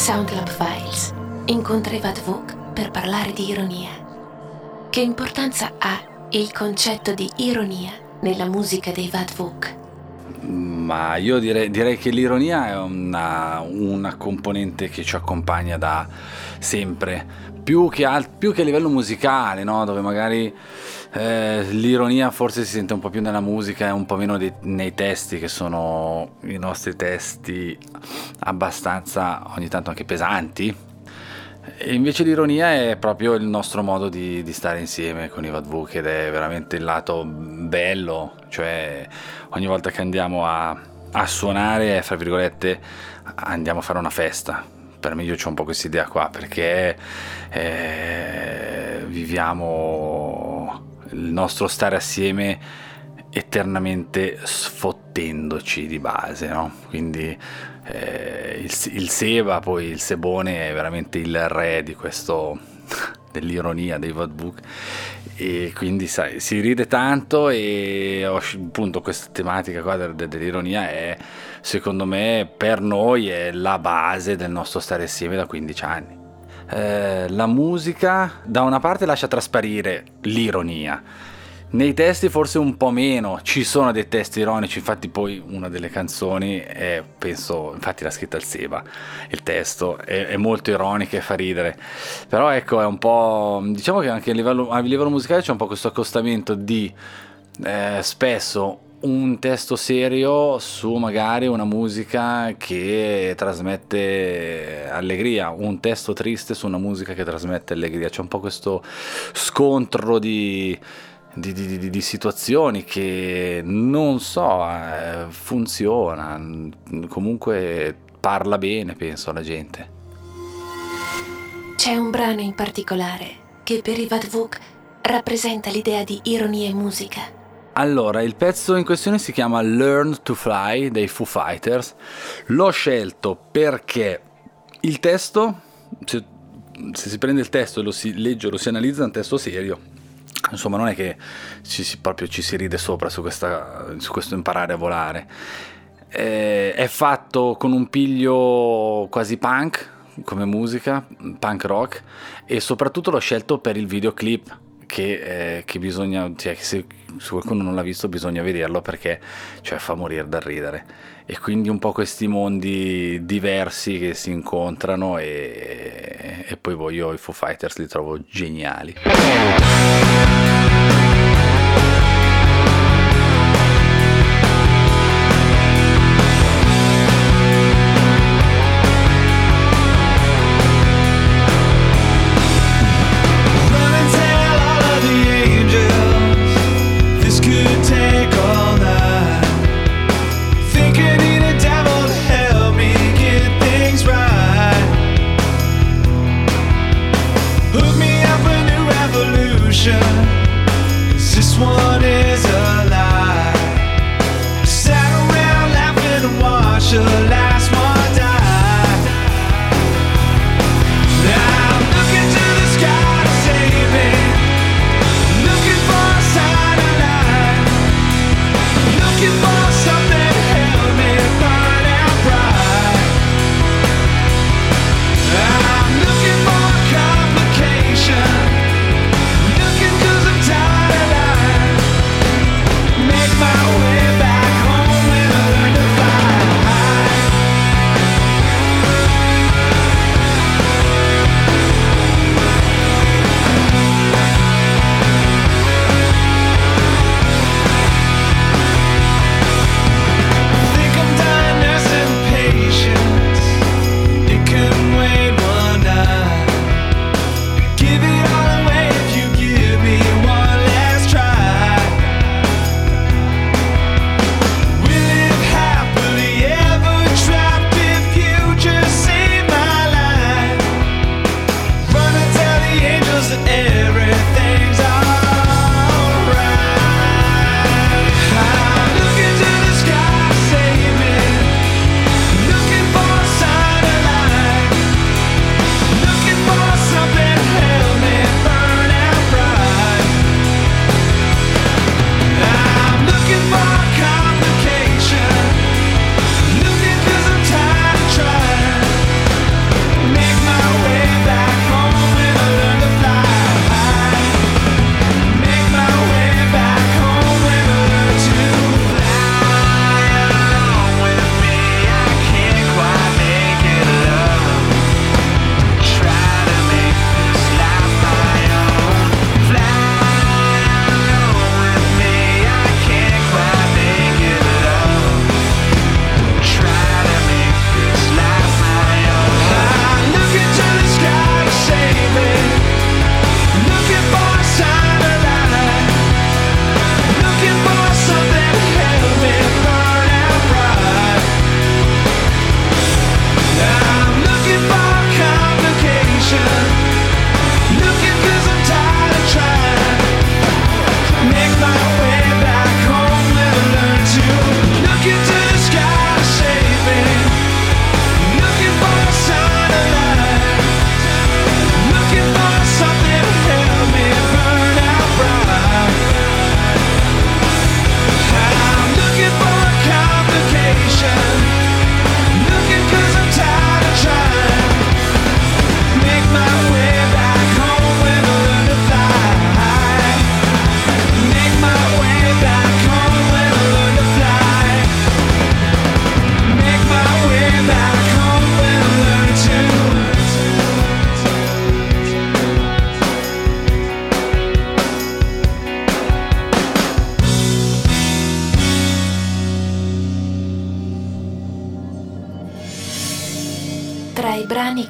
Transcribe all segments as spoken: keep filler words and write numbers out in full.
Soundclub Files incontra Ivad Vuk per parlare di ironia. Che importanza ha il concetto di ironia nella musica di Ivad Vuk? Ma io direi, direi che l'ironia è una, una componente che ci accompagna da sempre, più che, al, più che a livello musicale, no? Dove magari eh, l'ironia forse si sente un po' più nella musica e un po' meno di, nei testi, che sono i nostri testi abbastanza ogni tanto anche pesanti. E invece l'ironia è proprio il nostro modo di, di stare insieme con Ivad Vuk, ed è veramente il lato bello, cioè ogni volta che andiamo a, a suonare, fra virgolette, andiamo a fare una festa. Per me, io c'ho un po' questa idea qua, perché eh, viviamo il nostro stare assieme eternamente sfottendoci di base, no? Quindi eh, il, il Seba, poi il Sebone, è veramente il re di questo dell'ironia dei Ivad Vuk, e quindi sai, si ride tanto, e appunto questa tematica qua dell'ironia è, secondo me, per noi è la base del nostro stare insieme da quindici anni. Eh, la musica da una parte lascia trasparire l'ironia, nei testi forse un po' meno, ci sono dei testi ironici, infatti poi una delle canzoni è, penso, infatti l'ha scritta il Seba, il testo è, è molto ironica e fa ridere, però ecco, è un po', diciamo che anche a livello, a livello musicale c'è un po' questo accostamento di eh, spesso un testo serio su magari una musica che trasmette allegria, un testo triste su una musica che trasmette allegria, c'è un po' questo scontro di Di, di, di situazioni che non so, eh, funziona, comunque parla bene, penso, alla gente. C'è un brano in particolare che per Ivad Vuk rappresenta l'idea di ironia in musica. Allora, il pezzo in questione si chiama Learn to Fly dei Foo Fighters. L'ho scelto perché il testo, se, se si prende il testo e lo si legge, lo si analizza, è un testo serio. Insomma, non è che ci si, proprio ci si ride sopra su, questa, su questo imparare a volare. Eh, è fatto con un piglio quasi punk come musica, punk rock, e soprattutto l'ho scelto per il videoclip che, eh, che bisogna, cioè, che se, se qualcuno non l'ha visto bisogna vederlo, perché cioè, fa morire dal ridere. E quindi un po' questi mondi diversi che si incontrano, e, e poi io i Foo Fighters li trovo geniali. Hook me up a new revolution.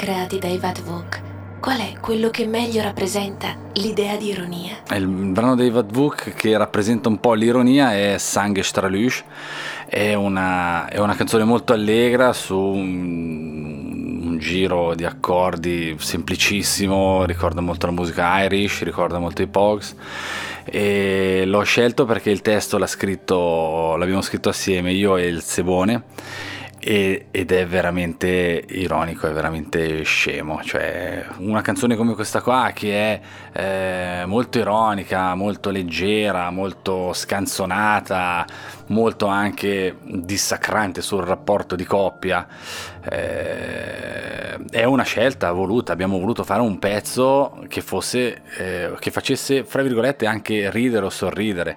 creati dai Vadvuk, qual è quello che meglio rappresenta l'idea di ironia? Il brano dei Vadvuk che rappresenta un po' l'ironia è Sange Stralüsch, è una, è una canzone molto allegra su un, un giro di accordi semplicissimo, ricorda molto la musica Irish, ricorda molto i Pogues, e l'ho scelto perché il testo l'ha scritto, l'abbiamo scritto assieme io e il Sebone, ed è veramente ironico, è veramente scemo. Cioè, una canzone come questa qua che è eh, molto ironica, molto leggera, molto scanzonata, molto anche dissacrante sul rapporto di coppia, eh, è una scelta voluta. Abbiamo voluto fare un pezzo che fosse eh, che facesse, fra virgolette, anche ridere o sorridere.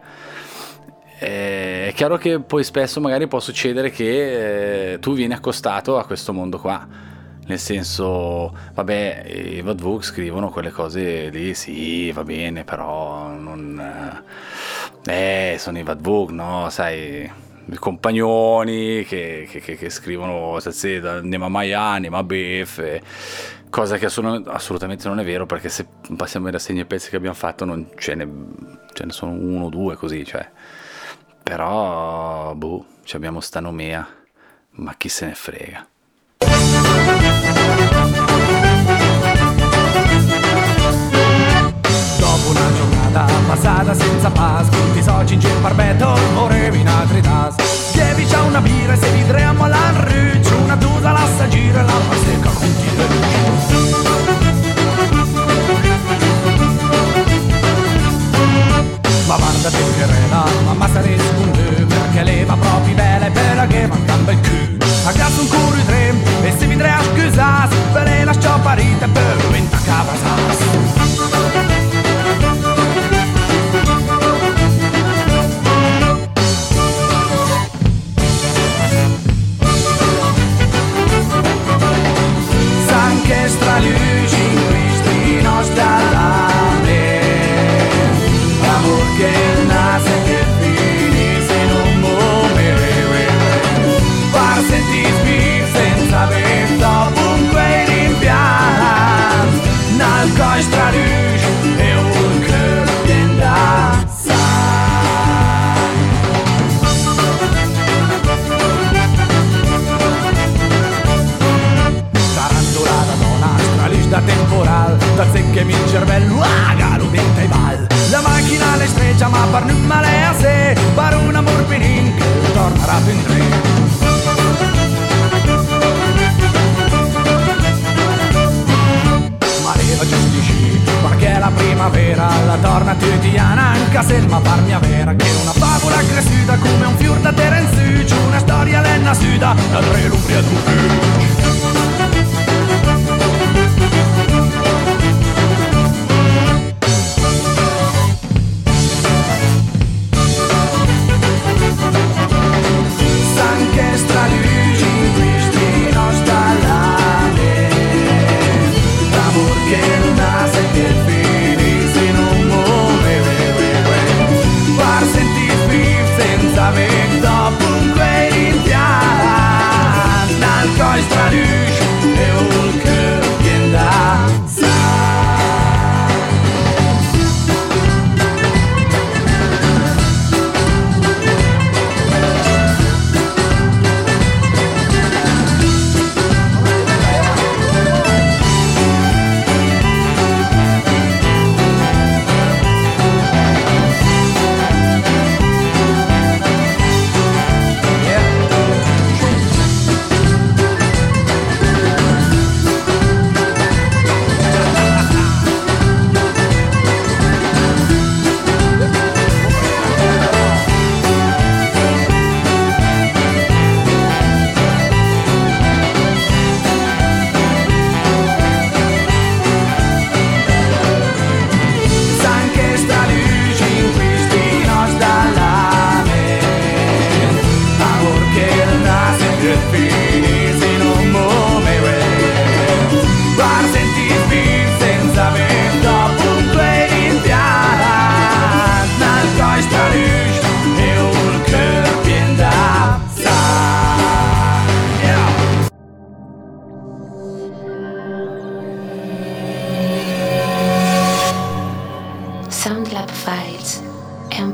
È chiaro che poi spesso magari può succedere che eh, tu vieni accostato a questo mondo qua, nel senso, vabbè, i Vadvuk scrivono quelle cose lì, sì, va bene, però non eh sono i Vadvuk, no? Sai, i compagnoni che, che, che, che scrivono anima mai anima beffe, cosa che assolutamente non è vero, perché se passiamo ai rassegni e pezzi che abbiamo fatto non ce ne, ce ne sono uno o due così, cioè. Però, boh, abbiamo sta nomea, ma chi se ne frega. Dopo una giornata passata senza pas, con i soci in giro barbetto, volevi in altri tas. Chievi c'ha una birra e se vidremo all'arruccio, una tusa l'assagire e la passeca con ti ma guarda te che rena, mamma se ne sconde, perché leva proprio belle per che mancamba il cu. A casa un curo i tre, e se vi tre a scusas, per le lascio parite per venta cavasas. Sanche Stralüsch in questi nostri che nasce che finisce in un momento far sentire spir senza aver ovunque rimpianto nel coi Stralüsch e un cœur vien da tarantolata donna Stralüsch da temporal da zecchemi il cervello a galo dentro ai bal. La macchina le streccia ma per non male a sé, per un amor pinin che tornerà in tre. Ma leva giustici, perché la primavera la torna quotidiana, anche se il mapar mia vera, che è una favola cresciuta come un fior da terra in su, c'è una storia lenna suda, da tre l'umbria d'un Stralüsch in questi nostri lame, l'amor che nasce che finisce in un momento, far sentire vivo senza aver ovunque rimpianto, nel coi Stralüsch.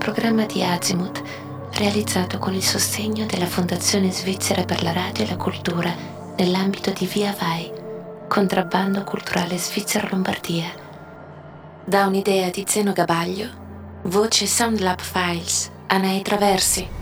programma di Azimuth realizzato con il sostegno della Fondazione Svizzera per la Radio e la Cultura nell'ambito di Via Vai, contrabbando culturale Svizzera Lombardia. Da un'idea di Zeno Gabaglio, voce Soundlab Files, Anei Traversi.